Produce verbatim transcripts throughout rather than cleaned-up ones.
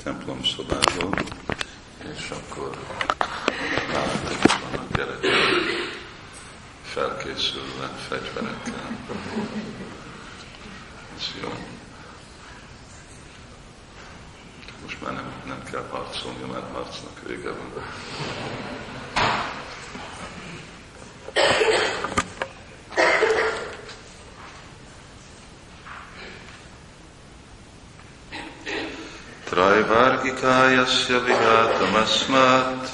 templom szobából, és akkor látjuk, hogy vannak gyerekek felkészülve fegyverekkel. Ez jó. Most már nem, nem kell harcolni, mert harcnak vége van. Traivargikāyasya vihātamasmāt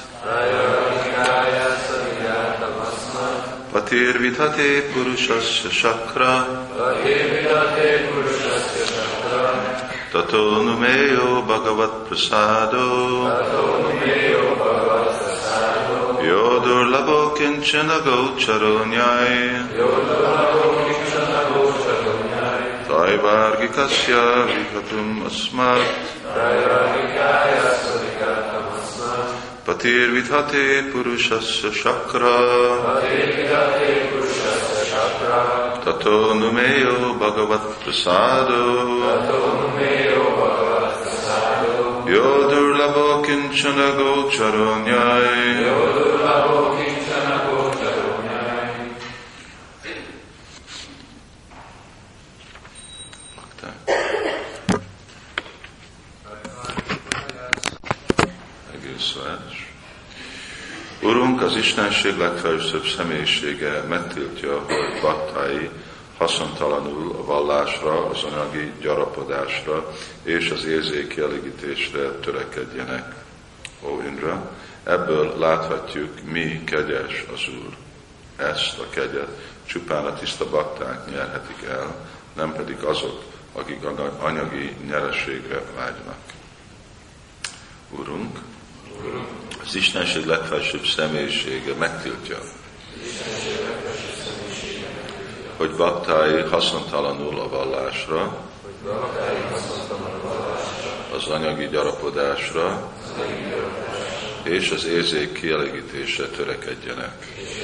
patirvidhate purusasya shakra tato numeyo bhagavat prasado yodur labo kinchana gocharo nyai Traivargikasya vihatum asmat Patir vidhate purushasya shakra Tato numeyo bhagavat prasado Yodur labo kinchana gocharo nyai Urunk, az Istenség legfelsőbb személyisége megtiltja, hogy baktái haszontalanul a vallásra, az anyagi gyarapodásra és az érzékkielégítésre törekedjenek. Ó Indra, ebből láthatjuk, mi kegyes az Úr. Ezt a kegyet csupán a tiszta bakták nyerhetik el, nem pedig azok, akik anyagi nyereségre vágynak. Urunk, az Istenség legfelsőbb személyisége megtiltja, hogy baktái haszontalanul a vallásra, az anyagi gyarapodásra és az érzék kielégítésre törekedjenek.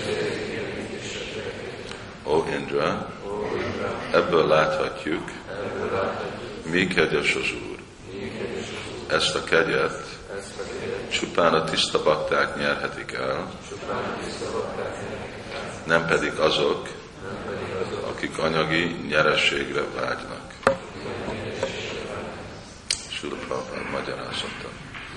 Ó Indra, ebből láthatjuk, mi kegyes az Úr. Ezt a kegyet csupán a tiszta bakták nyerhetik el, nem pedig azok, akik anyagi nyerességre vágynak. Srila Prabhupád magyarázata.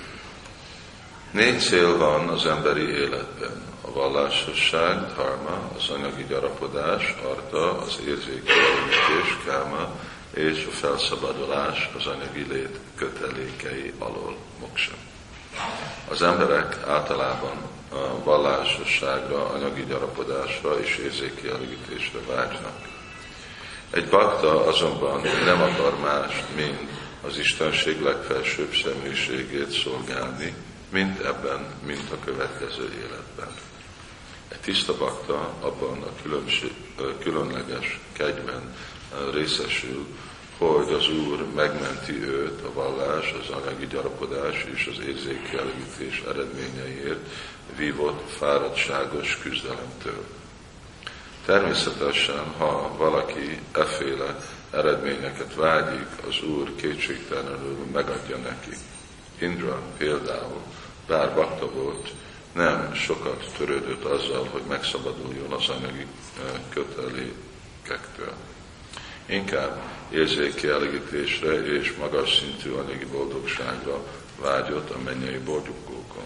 Négy cél van az emberi életben. A vallásosság, dharma, az anyagi gyarapodás, artha, az érzékelődés, káma, és a felszabadulás az anyagi lét kötelékei alól, moksa. Az emberek általában a vallásosságra, anyagi gyarapodásra és érzékkielégítésre vágynak. Egy bakta azonban nem akar mást, mint az Istenség legfelsőbb személyiségét szolgálni, mint ebben, mint a következő életben. Egy tiszta bakta abban a különleges kegyben részesül, hogy az Úr megmenti őt a vallás, az anyagi gyarapodás és az érzékkielégítés eredményeiért vívott fáradtságos küzdelemtől. Természetesen, ha valaki efféle eredményeket vágyik, az Úr kétségtelenül megadja neki. Indra például, bár bakta volt, nem sokat törődött azzal, hogy megszabaduljon az anyagi kötelékektől. Inkább érzékkielégítésre és magas szintű anyagi boldogságra vágyott a mennyei boldogókon.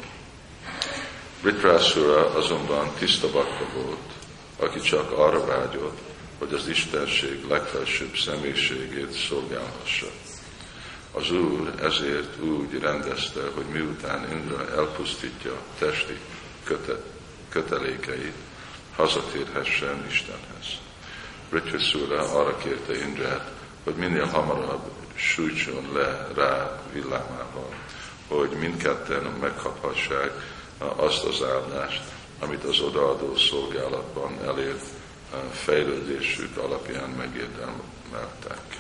Vritrasura azonban tiszta bakta volt, aki csak arra vágyott, hogy az Istenség legfelsőbb személyiségét szolgálhassa. Az Úr ezért úgy rendezte, hogy miután Indra elpusztítja testi köte- kötelékeit, hazatérhessen Istenhez. Vritrasura arra kérte Indrát, hogy minél hamarabb sújtson le rá villámával, hogy mindketten megkaphassák azt az áldást, amit az odaadó szolgálatban elért fejlődésük alapján megérdemeltek.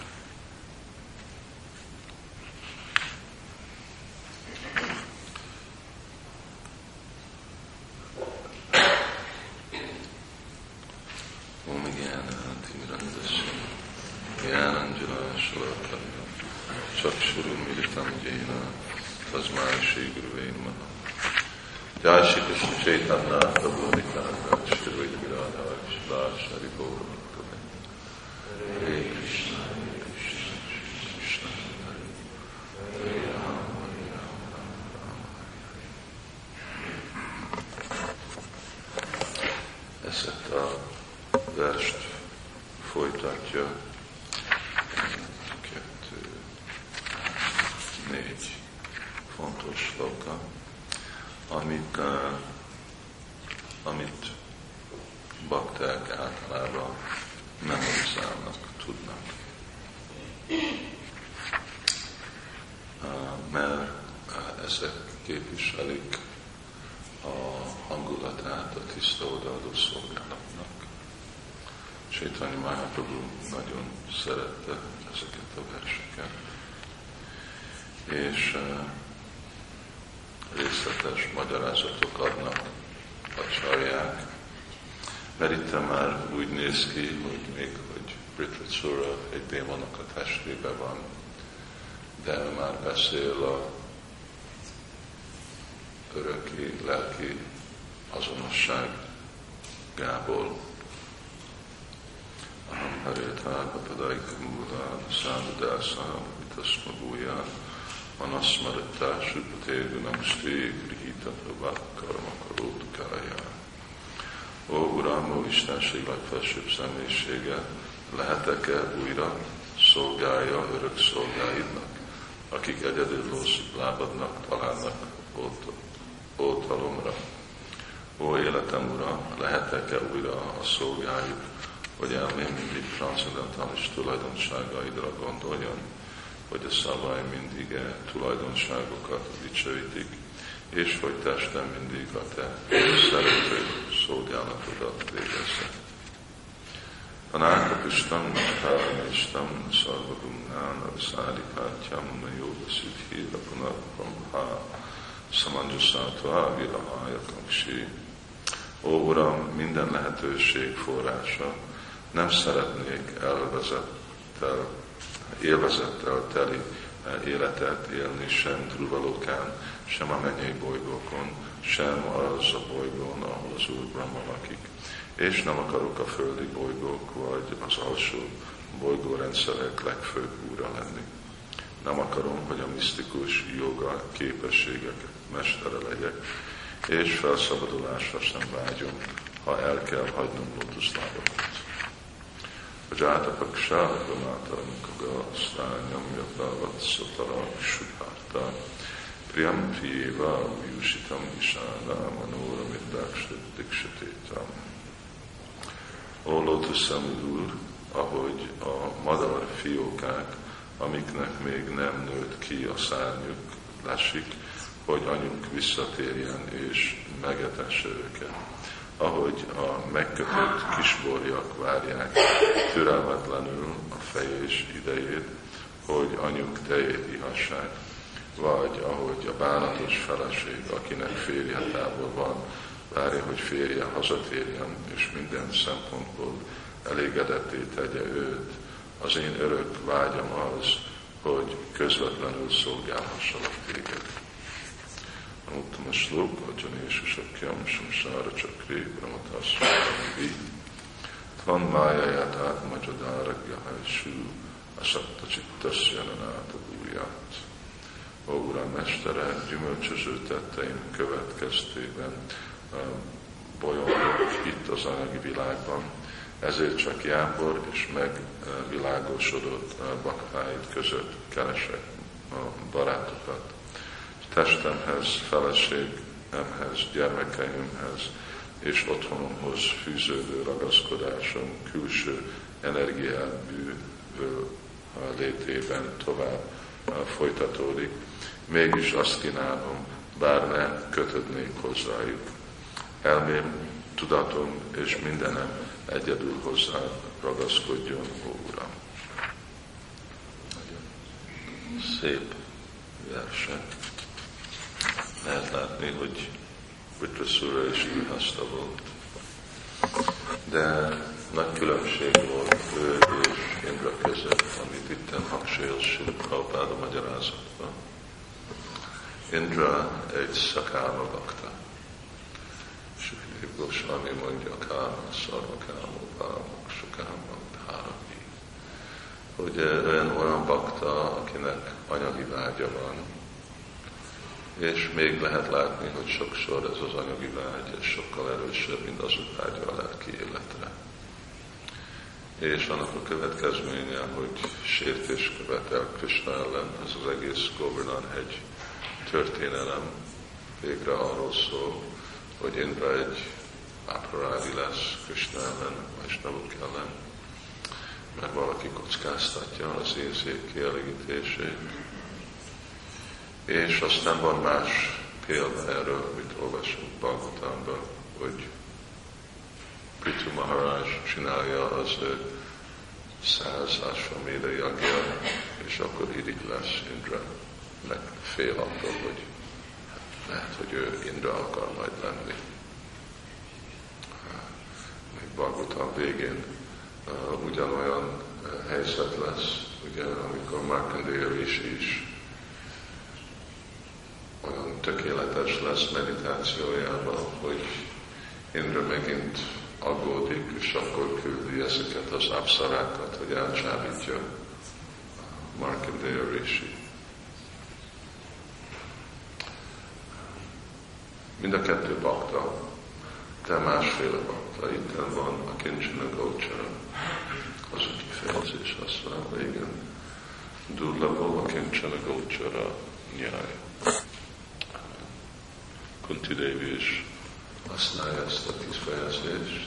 Chakshuru Militam Jena Tazmai Shri Guruve Namaha. Jai Shri Krishna Chaitanya Prabhu Nityananda Shri Advaita Gadadhara Shivas Hari Gaura Bhakta. Hare Krishna, Hare Krishna, Krishna Hare Hare, Hare Rama, Hare Rama, Rama Rama. Ezt a verst folytatja kettő, négy fontos sloka, amit, uh, amit bakták általában memorizálnak, tudnak. Uh, mert uh, ezek képviselik a hangulatát a tiszta odaadó szolgálatnak. Chaitanya Mahaprabhu nagyon szerette ezeket a verseket, és uh, részletes magyarázatok adnak a csarják, mert itt már úgy néz ki, hogy még hogy Vritracura egy démonnak a testében van, de már beszél a öröki lelki azonosságából. Aham harétá, papadaika múlán, szándudásán, vitasma búján, manasmarattá, supatégunam, stvé, grihita, prabhat, karmakarót, káján. Ó, Uram, ó Istenség legfelsőbb személyisége, lehetek-e újra szolgálja örök szolgáidnak, akik egyedül lábadnak, találnak oltalomra. Ó, életem Ura, lehetek-e újra a szolgájuk, hogy elmém mindig transzendentális tulajdonságaidra gondoljon, hogy a szabály mindig e tulajdonságokat dicsőítik, és hogy testem mindig a te szerető szolgálatodat végezze. Anákapistam, Natáranistam, Szarvagumnán, Aviszádipátyam, Jóga Szidhi, Rapunapamha, Samanjusátva, Virahája Kamsi. Ó, Uram, minden lehetőség forrása, nem szeretnék elvezettel, élvezettel teli életet élni sem Dhruvalokán, sem a mennyei bolygókon, sem az a bolygón, ahol az Úr Brahma lakik. És nem akarok a földi bolygók vagy az alsó bolygórendszerek legfőbb úra lenni. Nem akarom, hogy a misztikus joga képességek mestere legyek, és felszabadulásra sem vágyom, ha el kell hagynom lótuszlábamat. A Játapaksa, Gamátarankaga, Sztányam, Jatavat, Szotara, Subhárta, Priyam Piéva, Ujusitam, Isána, Manóra, Middáksat, Diksatétam. Ó, lótuszszemű Úr, ahogy a madar fiókák, amiknek még nem nőtt ki a szárnyuk, lesik, hogy anyunk visszatérjen és megetesse őket. Ahogy a megkötött kisborjak várják türelmetlenül a fejés idejét, hogy anyjuk tejét ihassák, vagy ahogy a bánatos feleség, akinek férje távol van, várja, hogy férje hazatérjen, és minden szempontból elégedetté tegye őt. Az én örök vágyam az, hogy közvetlenül szolgálhassalak téged. Uttama slok, Ajanésa Sakyam, Samsára Csakri, Brahmataszmánvi, Tvan májáját átmagyadára Gahajsú, Asakta Csittasya Nanáta Búját. Ó, Uram Mestere, gyümölcsöző tetteim következtében bolyongok itt az anyagi világban, ezért csak jámbor és megvilágosodott baktáid között keresek a barátokat. Testemhez, feleségemhez, gyermekeimhez és otthonomhoz fűződő ragaszkodásom külső energiábűvő létében tovább folytatódik. Mégis azt kínálom, bár ne kötődnék hozzájuk. Elmém, tudatom és mindenem egyedül hozzá ragaszkodjon, ó Uram. Szép verse. Lehet látni, hogy Vritrasura és Grihasta volt. De nagy különbség volt ő és Indra között, amit itten hangsúlyos Srila Prabhupáda magyarázatban. Indra egy szakáma bakta. Sukadeva Goswami mondja, káma, szarva káma, bámok, sukáma, bhárami. Hogy ön olyan bakta, akinek anyagi vágya van, és még lehet látni, hogy sokszor ez az anyagi vágy és sokkal erősebb, mint az vágya a lelki életre. És annak a következménye, hogy sértés követel Krishna ellen, ez az egész Govardhan hegy történelem végre arról szól, hogy Indra egy áprarádi lesz Krishna ellen, Vaisnavok ellen, mert valaki kockáztatja az érzék kielégítését. És aztán van más példa erről, amit olvasunk Bhagavatamban, hogy Prithu Maharaj csinálja az ő száz Ashvamédha yagya, és akkor irigy lesz Indra, meg fél attól, hogy lehet, hogy ő Indra akar majd lenni. Még Bhagavatam végén uh, ugyanolyan uh, helyzet lesz, ugye, amikor Markandeya Rishi is olyan tökéletes lesz meditációjában, hogy Indra megint aggódik, és akkor küldi ezeket az apszarákat, hogy elcsábítja Markandeya Rishi. Mind a kettő bakta, de másféle bakta. Itt van a Kincsana Gochara, az a kifejezés használva, igen. Durlabó a Kincsana Gochara nyáj. Kunti Devi is használja ezt a kifejezést.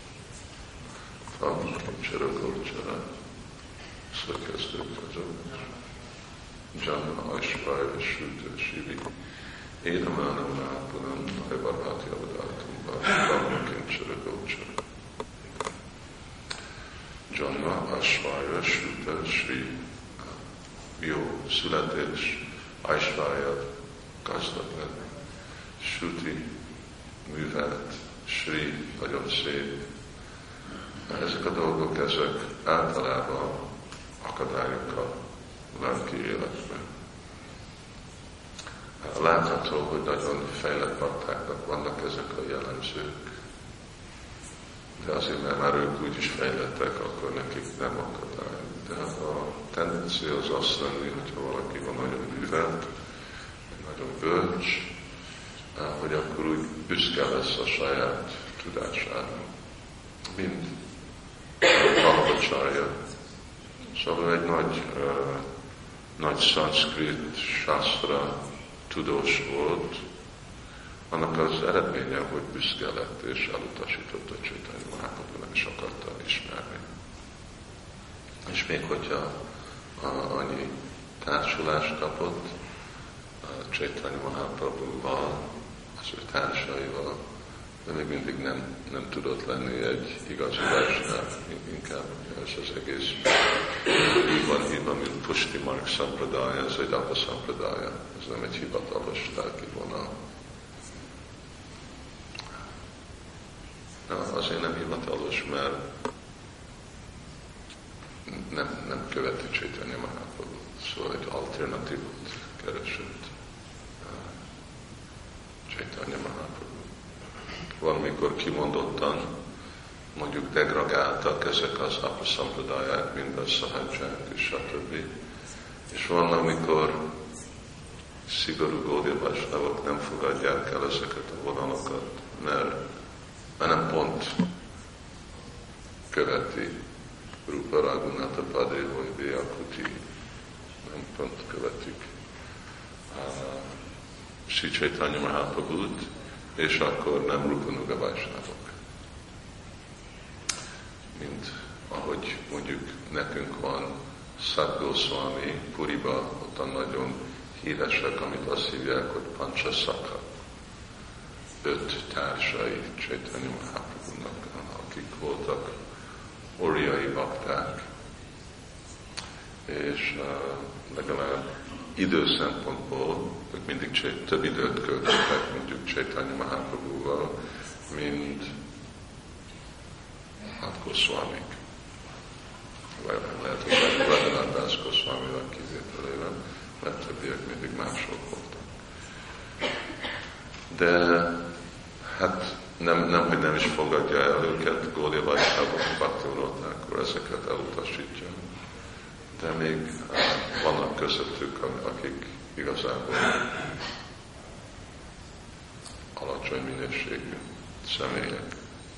Van Kincsana Gochara, szóval kezdők azok. Janma Aishvarya Shuddha Shivi. Édemánam Nápunam, Najvarváti Avadátumban, Brahma Kincsara Gochara. Janma Aishvarya Shuddha Shri. Jó születés, Aishvarya gazdag lenni. Shruti, művelt, Shri, nagyon szép. Ezek a dolgok, ezek általában akadályok a lelki életben. Látható, hogy nagyon fejlett baktáknak vannak ezek a jellemzők. De azért, mert már ők úgyis fejlettek, akkor nekik nem akadály. De a tendencia az azt lenni, hogyha valaki van nagyon művelt, nagyon bölcs, hogy akkor úgy büszke lesz a saját tudására, mint Bhagavacharya. Szóval egy nagy, uh, nagy szanszkrit sásztra tudós volt, annak az eredménye, hogy büszke lett és elutasította Chaitanya Mahaprabhu, nem is akarta ismerni. És még hogyha uh, annyi társulást kapott uh, Chaitanya Mahaprabhuval, az ő társaival, de még mindig nem, nem tudott lenni egy igazi Vaisnáv, inkább ez az egész úgy van hívva, mint Pushti Marg Sampradaya, ez egy Apa Sampradaya, ez nem egy hivatalos lelki vonal. Na, azért nem hivatalos, mert nem, nem követi Chaitanya Mahaprabhu, szóval egy alternatívot keresett Chaitanya Mahaprabhu. Valamikor kimondottan, mondjuk degradáltak ezek az Apa Sampradayák, mint a Sahajják és stb. És van, amikor szigorú Gaudiya Vaisnavok nem fogadják el ezeket a vonalokat, mert, mert nem pont követi Rupa Raghunatha Padéholy Vyakuti, nem pont követik uh, Sri Chaitanya Mahaprabhut, és akkor nem Rupanuga Vaisnavok. Mint ahogy mondjuk nekünk van Sat Goswami Puriba, ottan nagyon híresek, amit azt hívják, hogy Panchasakha. Öt társai Chaitanya Mahaprabhunak, akik voltak óriai bakták, és uh, legalább idő szempontból ők mindig több időt költöttek, mondjuk Chaitanya Mahaprabhuval, mint hát Goswamik. Vagy lehet, hogy Raghunath Das Goswamival kivételével, mert többiek mindig máshol voltak. De hát nem, nem, hogy nem is fogadja el őket, Gaudiya Vaishnavok, Bhaktivinoda Thakur ezeket elutasítja. De még vannak közöttük, akik igazából alacsony minőségű személyek.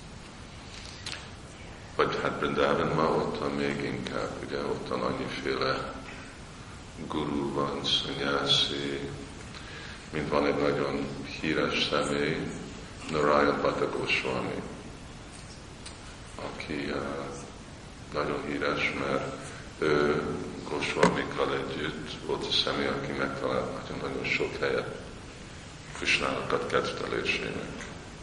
Vagy hát Brindavanban ottan még inkább, ugye ottan annyiféle guru van, szanyászi, mint van egy nagyon híres személy, Narayana Bhatta Goswami, aki uh, nagyon híres, mert ő Goswamikkal együtt volt a személy, aki megtalált nagyon-nagyon sok helyet Krishnának a kedvtelésének.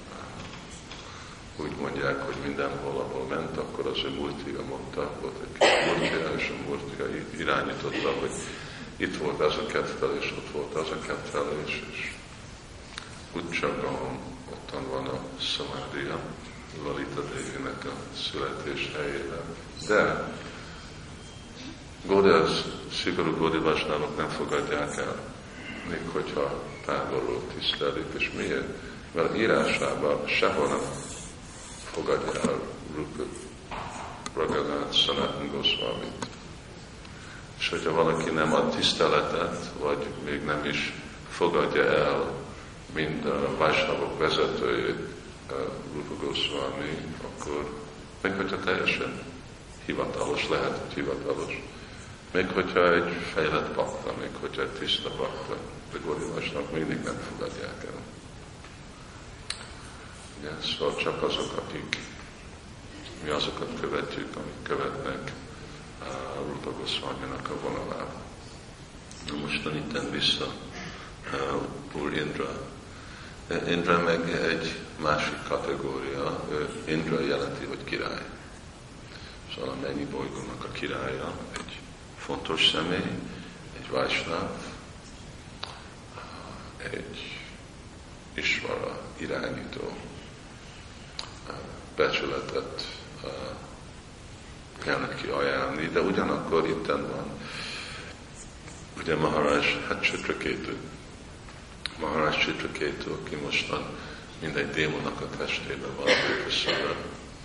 Úgy mondják, hogy mindenhol, ahol ment, akkor az ő murtiga mondta, volt egy kis murtiga, és a murtiga irányította, hogy itt volt ez a kedvelés, ott volt az a kedvelés, és Uccsagam, ottan van a Samadhiya, Lalita Devinek a születés helyében. De Gaudiya, szigorú Gaudiya Vaishnavok nem fogadják el, még hogyha távolról tisztelik, és miért? Mert írásában sehol nem fogadja el Rupa Raghunath Sanatana Goswamit. És hogyha valaki nem ad tiszteletet, vagy még nem is fogadja el, mint a Vaishnavok vezetőjét, Rupa Goswami, akkor még hogyha teljesen hivatalos, lehet, hogy hivatalos, még hogyha egy fejlett bakta, még hogyha egy tiszta bakta, de Gaudiya Vaishnavok mindig nem fogadják el. Ugye, szóval csak azok, akik mi azokat követjük, amik követnek a Rupa Goswaminak a vonalában. Na mostan itten vissza uh, Úr Indra. Indra meg egy másik kategória, Indra jelenti, hogy király. Szóval a mennyi bolygónak a királya, egy fontos személy, egy Vaisnav, egy Isvara irányító, becsületet kell neki ajánlni, de ugyanakkor itten van, ugye Maharaj hát Chitraketu. Maharaj Chitraketu, aki mostan mindegy démonnak a testében van, őköszönve.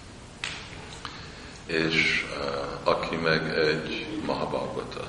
És uh, aki meg egy Mahabharata,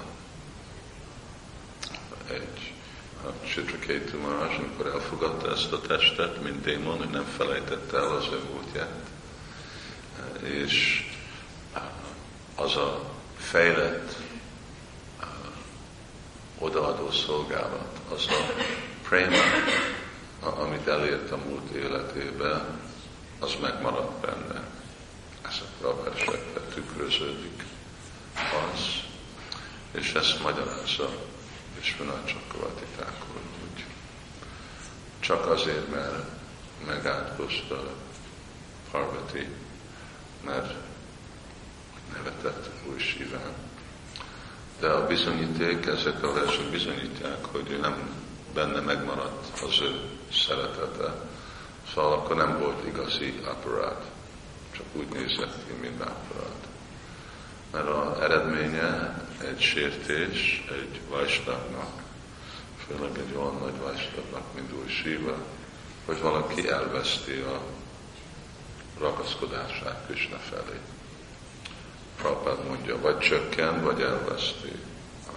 egy uh, Chitraketu Maharaj, amikor elfogadta ezt a testet, mint démon, hogy nem felejtette el az ő múltját. Uh, és uh, az a fejlett uh, odaadó szolgálat, az a prema, amit elért a múlt életében, az megmaradt benne. Ezekre a versekre tükröződik az, és ezt magyarázza Vishwanath Chakravarti Thakur, hogy csak azért, mert megátkozta Parvati, mert nevetett új Siván. De a bizonyíték, ezek a versek bizonyítják, hogy ő nem benne megmaradt az ő szeretete, szóval akkor nem volt igazi aparát. Csak úgy nézett ki, mint ápolát. Mert az eredménye egy sértés egy Vaishnavnak, főleg egy olyan nagy Vaishnavnak, mint Úr Siva, hogy valaki elveszti a ragaszkodását Krishna felé. Prabhupád mondja, vagy csökken, vagy elveszti a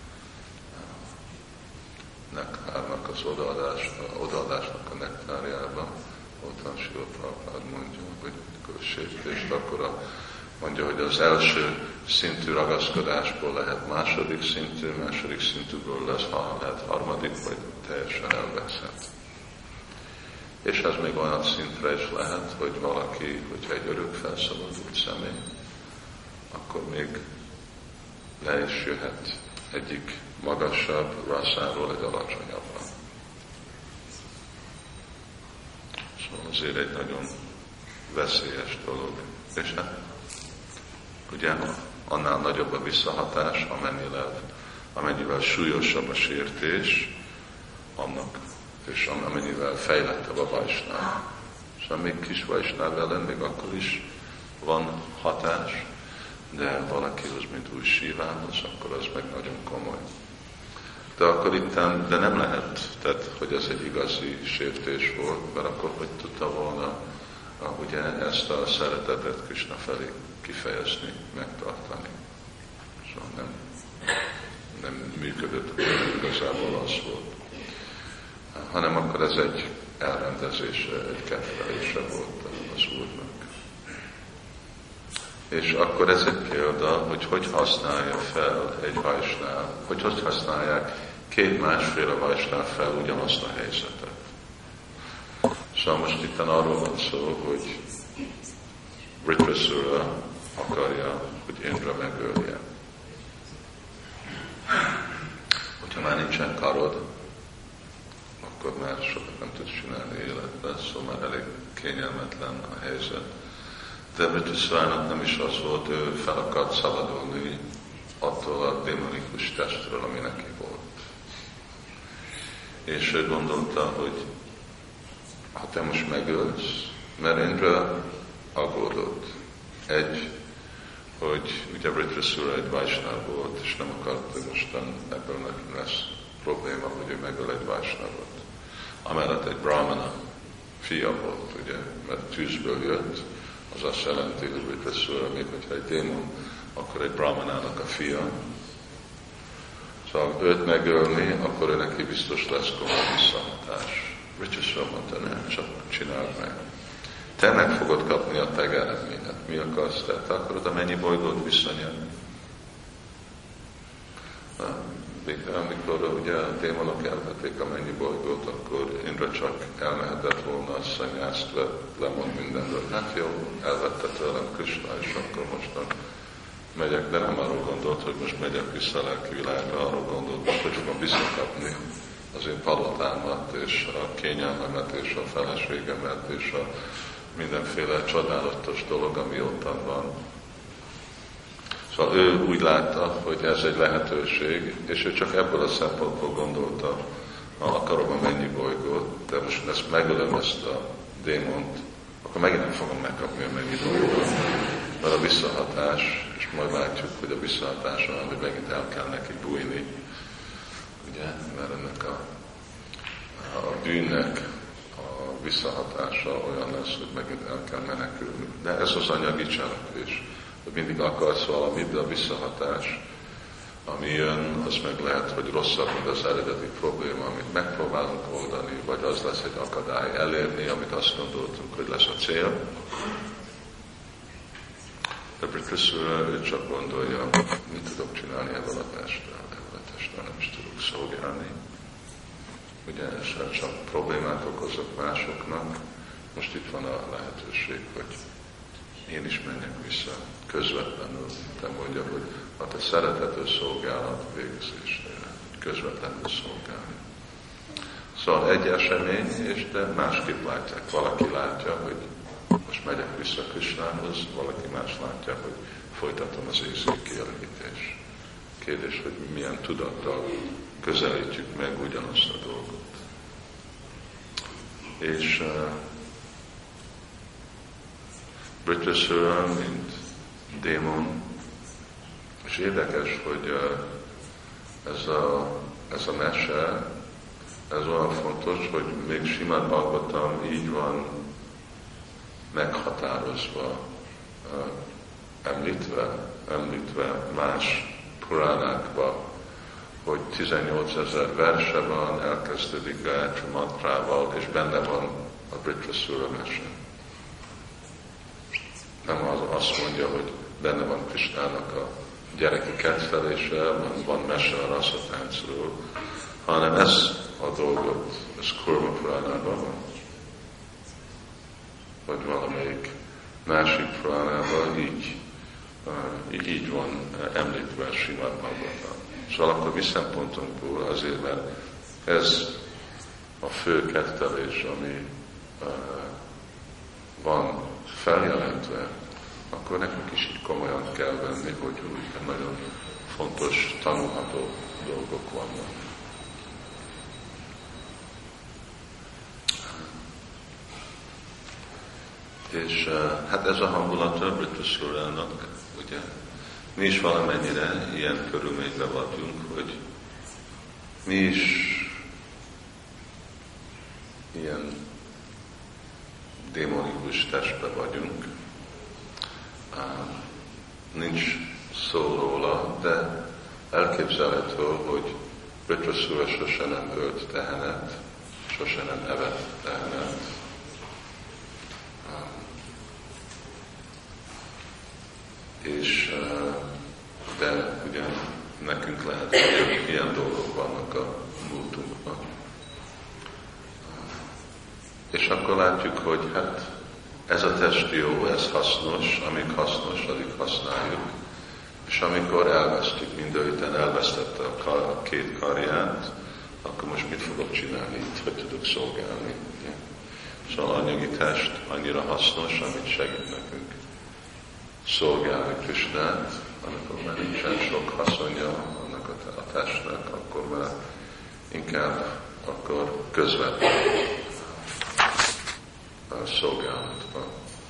nektárnak az odaadás, odaadásnak a nektárjában. Ottan Srila Prabhupád mondja, hogy sértést, akkor a, mondja, hogy az első szintű ragaszkodásból lehet második szintű, második szintűből lesz, ha lehet harmadik, vagy teljesen elveszett. És ez még olyan szintre is lehet, hogy valaki, hogyha egy örök felszabadult személy, akkor még le is jöhet egyik magasabb raszáról egy alacsonyabbra. Szóval azért egy nagyon veszélyes dolog. És hát ugye annál nagyobb a visszahatás, amennyivel, amennyivel súlyosabb a sértés, annak, és amennyivel fejlettebb a Vaisnáv. Szóval még kis Vaisnáv ellen még akkor is van hatás, de valakihoz, mint Úr Sivához, akkor az meg nagyon komoly. De akkor itt de nem lehet, tehát, hogy ez egy igazi sértés volt, mert akkor hogy tudta volna ugye ezt a szeretetet Krishna felé kifejezni, megtartani. Szóval nem, nem működött, igazából az volt. Hanem akkor ez egy elrendezése, egy kedvelése volt az Úrnak. És akkor ez egy példa, hogy hogy használja fel egy vajsnáv, hogy hogy használják két másféle vajsnáv fel ugyanazt a helyzetet. Szóval most itt arról van szó, hogy Vritrasura akarja, hogy Indra megölje. Hogyha már nincsen karod, akkor már sokat nem tudsz csinálni életben, szóval már elég kényelmetlen a helyzet. De Vritrasurának nem is az volt, ő fel akart szabadulni attól a démonikus testről, ami neki volt. És ő gondolta, hogy ha te most megölsz, mert Indra aggódott. Egy, hogy ugye Vritrasura egy vajsnáv volt, és nem akart, hogy mostan ebből neki lesz probléma, hogy ő megöl egy vajsnávot. Amellett egy brahmana fia volt, ugye, mert tűzből jött, az azt jelenti, hogy Vritrasura, még hogyha egy démon, akkor egy brahmanának a fia. Szóval őt megölni, akkor ő neki biztos lesz komoly visszahatás. Vritrasura mondta, nem, csak csináld meg. Te meg fogod kapni a te eredményet. Mi akarsz te? Te akarod a mennyi bolygót visszanyerni? Amikor ugye a démonok elvették a mennyi bolygót, akkor Indra csak elmehetett volna a szanyászt, lemond mindenről. Hát jó, elvette tőlem Krishna, és akkor mostan megyek, de nem arról gondolt, hogy most megyek vissza a lelki világra, arról gondolt, hogy fogom visszakapni az én palotámat, és a kényelmemet, és a feleségemet, és a mindenféle csodálatos dolog, ami ottan van. Szóval ő úgy látta, hogy ez egy lehetőség, és ő csak ebből a szempontból gondolta, ha akarom a mennyi bolygót, de most ezt megölöm ezt a démont, akkor megint nem fogom megkapni a mennyi bolygót. Mert a visszahatás, és majd látjuk, hogy a visszahatás olyan, hogy megint el kell neki bújni, ugye, mert ennek a, a bűnnek a visszahatása olyan lesz, hogy megint el kell menekülni. De ez az anyagi cselekvés, hogy mindig akarsz valamit, de a visszahatás, ami jön, az meg lehet, hogy rosszabb, mint az eredeti probléma, amit megpróbálunk oldani, vagy az lesz egy akadály elérni, amit azt gondoltunk, hogy lesz a cél. De Vritrasura, ő csak gondolja, mit tudok csinálni ebből a testtel, ebből a testtel nem is tudok szolgálni. Ugye, és csak problémát okozok másoknak, most itt van a lehetőség, hogy én is menjek vissza közvetlenül. Te mondja, hogy a te szeretető szolgálat végzésére, közvetlenül szolgálni. Szóval egy esemény, és de másképp látják. Valaki látja, hogy most megyek vissza Krishnához, valaki más látja, hogy folytatom az érzékkielégítés. Kérdés, hogy milyen tudattal közelítjük meg ugyanazt a dolgot. És uh, Vritrasura, mint démon, és érdekes, hogy uh, ez, a, ez a mese, ez olyan fontos, hogy még Simad Bhagavatam így van meghatározva, uh, említve, említve más puránákba, hogy tizennyolcezer verse van, elkezdődik Gayatri mantrával, és benne van a Vritrasura mese. Nem az, azt mondja, hogy benne van Krishnának a gyereki kedvelése, van, van mese a raszatáncról, hanem ez a dolgot, ez Kurma Puránában van. Vagy valamelyik másik Puránában így, így, így van említve Simad Bhagavatam. Szóval akkor mi szempontunkból azért, mert ez a fő kettelés, ami uh, van feljelentve, akkor nekünk is így komolyan kell venni, hogy úgy nagyon fontos, tanulható dolgok vannak. És uh, hát ez a hangulata Vritrasurának, ugye, mi is valamennyire ilyen körülményben vagyunk, hogy mi is ilyen démonikus testbe vagyunk. Nincs szó róla, de elképzelhető, hogy Vritrasura sose nem ölt tehenet, sose nem evett tehenet. És de ugye nekünk lehet, hogy ilyen dolgok vannak a múltunkban. És akkor látjuk, hogy hát ez a test jó, ez hasznos, amíg hasznos, addig használjuk. És amikor elvesztjük, mindötten elvesztette a, kar, a két karját, akkor most mit fogok csinálni itt, hogy tudok szolgálni. Ugye? Szóval anyagi test annyira hasznos, amit segít nekünk szolgálni Krisnát, amikor már nincsen sok haszonja annak a, a testnek, akkor már inkább akkor közvetlenül a szolgálatba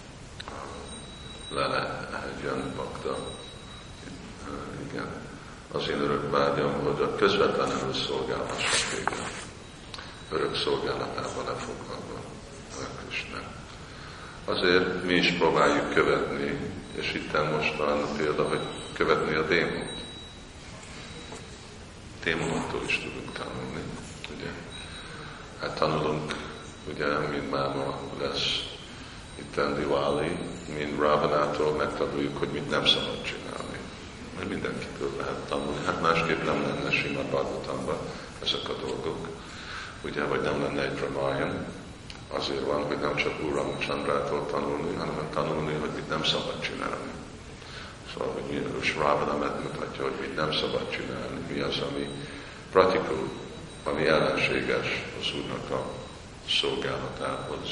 le lehetjen bakta. Igen. Az én örök vágyam, hogy a közvetlenül szolgálhassak végre. Örök szolgálatában lefoglalva a Krisna. Azért mi is próbáljuk követni, és itt most van példa, hogy követni a démont. Démonoktól is tudunk tanulni, ugye? Hát tanulunk, ugye, mint máma lesz itten Diwali, mint Ravanától megtanuljuk, hogy mit nem szabad csinálni. Mert mindenkitől lehet tanulni. Hát másképp nem lenne sima Bhagavatamban ezek a dolgok. Ugye, vagy nem lenne egy Ramayana. Azért van, hogy nem csak Úr Ramachandrától tanulni, hanem tanulni, hogy mit nem szabad csinálni. Szóval, hogy mi most Ravana megmutatja, hogy mit nem szabad csinálni, mi az, ami praktikul, ami ellenséges az Úrnak a szolgálatához.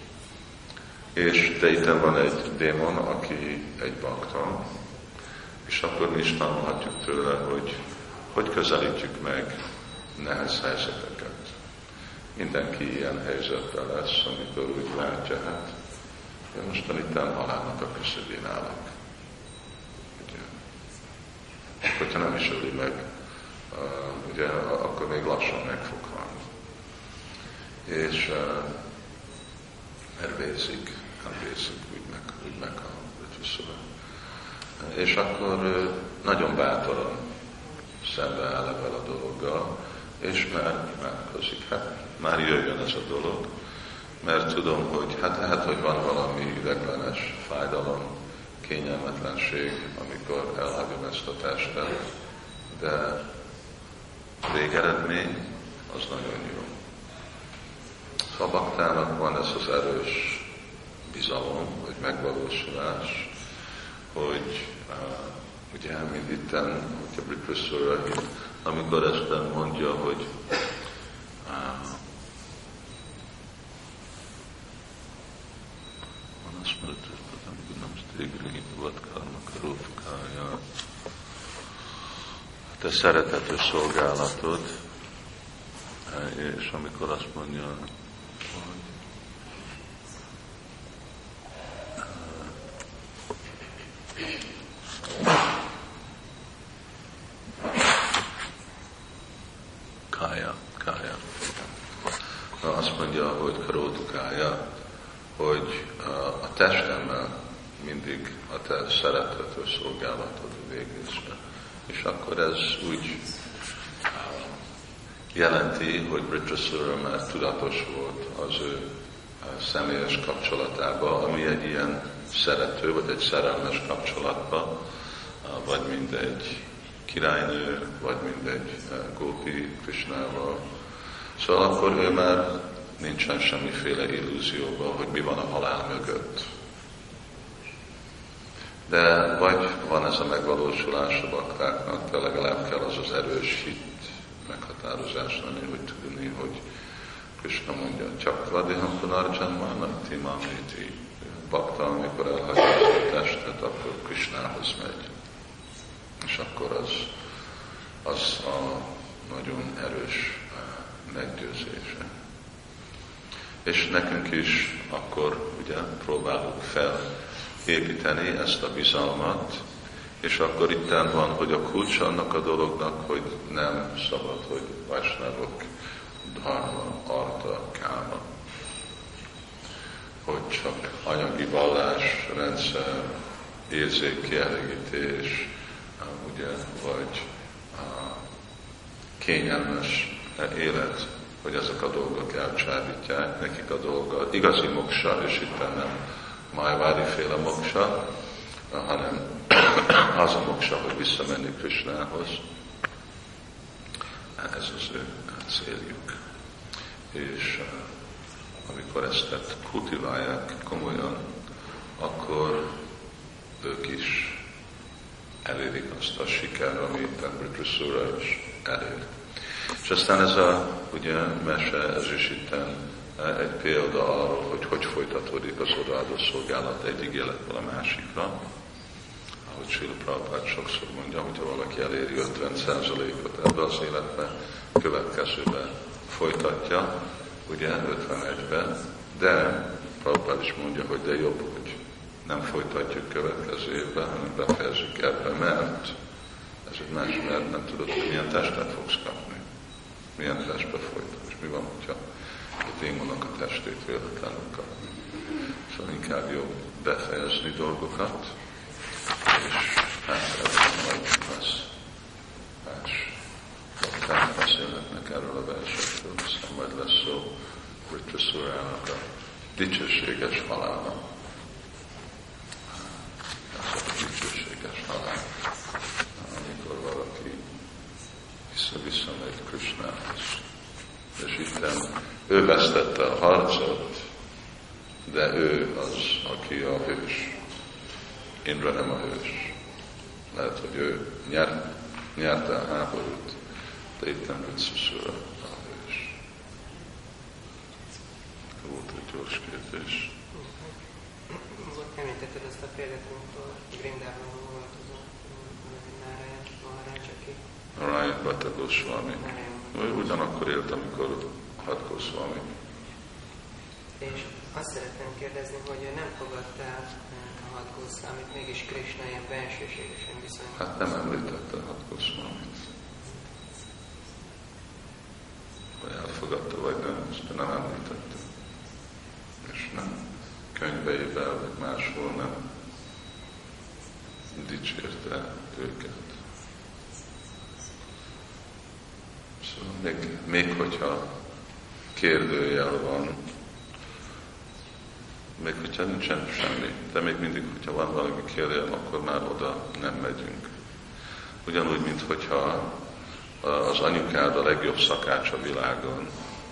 És de itt van egy démon, aki egy bakta, és akkor mi is tanulhatjuk tőle, hogy hogy közelítjük meg nehéz helyzeteket. Mindenki ilyen helyzetben lesz, amikor úgy látja, hát én mostan itt halálnak a küszöbén állok. Ugye? Hogyha nem is öli meg, uh, ugye, akkor még lassan meg fog halni. És uh, elvészik, elvészik, úgy, meg, úgy meghal. És akkor uh, nagyon bátoran szembeáll ebben a dologgal, és már imádkozik. Hát már jöjjön ez a dolog, mert tudom, hogy hát lehet, hogy van valami ideglenes fájdalom, kényelmetlenség, amikor elhagyom ezt a testet, de végeredmény az nagyon jó. Szóval a baktának van ez az erős bizalom, vagy megvalósulás, hogy uh, ugye, mint itten, hogy a Vritrasura, amikor ezt mondja, hogy uh, te szeretető szolgálatod, és amikor azt mondja, hogy kája, kája. Azt mondja, hogy karótukája, hogy a testemmel mindig a te szeretető szolgálatod végezve. És akkor ez úgy jelenti, hogy Vritrasura már tudatos volt az ő személyes kapcsolatában, ami egy ilyen szerető, vagy egy szerelmes kapcsolatban, vagy mind egy királynő, vagy mind egy gópi Krisnával. Szóval akkor ő már nincsen semmiféle illúzióban, hogy mi van a halál mögött. De vagy van ez a megvalósulás a baktáknak, de legalább kell az az erős hit meghatározás lenni, hogy tudni, hogy Krishna mondja, csak vadiham punarjanmának timamiti. Bakta, amikor elhagyja a testet, akkor Krishnához megy. És akkor az, az a nagyon erős meggyőzése. És nekünk is akkor ugye próbáljuk felépíteni ezt a bizalmat, És akkor itten van, hogy a kulcs annak a dolognak, hogy nem szabad, hogy Vaisnavok, dharma, artha, káma, hogy csak anyagi vallás, rendszer, érzékkielégítés, ugye, vagy kényelmes élet, hogy ezek a dolgok elcsábítják, nekik a dolga igazi moksa, és itt nem májvári féle moksa, hanem az a moksa, hogy visszamenni Krishnához. Ez az ő céljuk. És amikor ezt kultiválják komolyan, akkor ők is elérik azt a siker, amit Vritrasura is elér. És aztán ez a ugye, mese, ez is itten egy példa arra, hogy hogy folytatódik az odaadó szolgálat egyik életből a másikra. Ahogy Srila Prabhupád sokszor mondja, hogyha valaki eléri ötven százalékot ebbe az életbe, következőben folytatja, ugye ötvenegyben, de Prabhupád is mondja, hogy de jobb, hogy nem folytatjuk következő évben, hanem befejezzük ebbe, mert ez egy más, mert nem tudod, hogy milyen testet fogsz kapni. Milyen testbe folytat, és mi van, hogyha a démonok a testét véletlenül kapni. Szóval inkább jobb befejezni dolgokat, és hát ebben majd lesz más. Bakták beszélhetnek erről a versekről, aztán majd lesz szó Vritrasurának a dicsőséges halála. Ez a dicsőséges halál, amikor valaki vissza-vissza megy Krishnához. És itten ő vesztette a harcot, de ő az, aki a hős. Indra nem a hős. Lehet, hogy ő nyert, nyerte a háborút, de itten Vritrasura a hős. Volt egy gyors kérdés. Említetted ezt a példát, amikor Grindában volt az a Nárayan Maharaj, aki... Narayan Bhatta Goswami. Ő ugyanakkor élt, amikor Hat Goswami. És azt szeretném kérdezni, hogy ő nem fogadta el a Hat Goswamit, mégis Krishna ilyen bensőségesen viszonylag. Hát nem említette Hat Goswamit. Vagy elfogadta, vagy nem, ezt nem említette. És nem könyveivel, vagy máshol nem dicsérte őket. Szóval még, még hogyha kérdőjel van, még hogyha nincsen semmi, de még mindig, hogyha van valami kérdőjel, akkor már oda nem megyünk. Ugyanúgy, mint hogyha az anyukád a legjobb szakács a világon,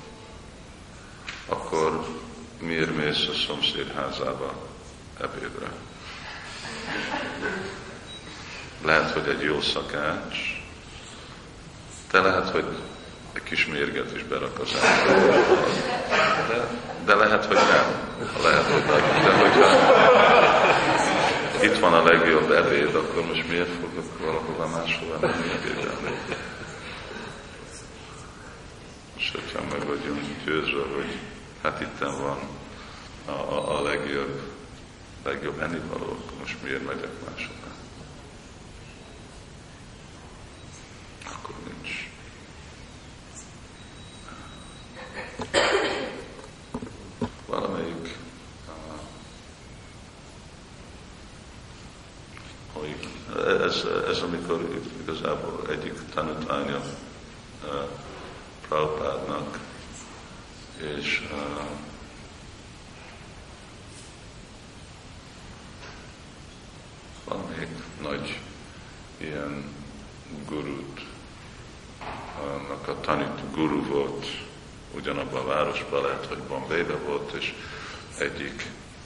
akkor miért mész a szomszéd házába ebédre? Lehet, hogy egy jó szakács, de lehet, hogy egy kis mérget is berak az emberbe. De, de lehet, hogy nem. Lehet, hogy nem. De hogyha itt van a legjobb ebéd, akkor most miért fogok valahova máshova menni ebédelni? És hogyha meg vagyunk győzve, hogy hát itten van a, a, a legjobb, legjobb ennivaló, akkor most miért megyek máshová? Akkor nincs. Valamelyik uh, ez, ez amikor igazából egyik tanítánya uh, Prabhupádnak, és uh, valamelyik nagy ilyen gurút, annak a tanító guru volt ugyanabban a városban, lehet, hogy Bombayben volt, és egyik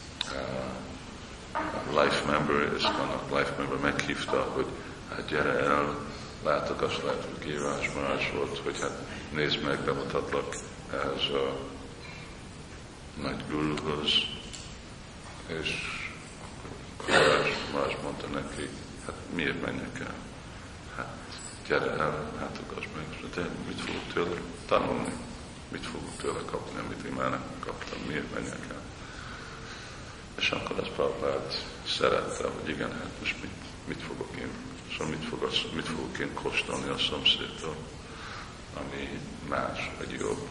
uh, life member, és annak life member meghívta, hogy hát gyere el, látogass, lehet, hogy Gírás Marázs volt, hogy hát nézd meg, bemutatlak ehhez a nagy guruhoz, és Gírás Marázs mondta neki, hát miért menjek el? Hát gyere el, látogass meg, de mit fogok tőle tanulni? Mit fogok tőle kapni, amit én már nem kaptam, miért menjek el? És akkor az Prabhupád szerette, hogy igen, hát most mit, mit fogok én, szóval mit, fog az, mit fogok én kóstolni a szomszédtól, ami más, vagy jobb.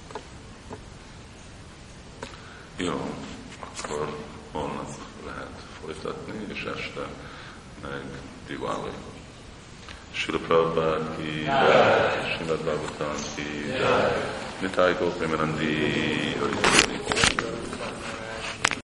Jó, akkor holnap lehet folytatni, és este meg Diwali. Srila Prabhupada ki jai, Srimad Bhagavatam ki jai, Nitai Gopinamanandi Hari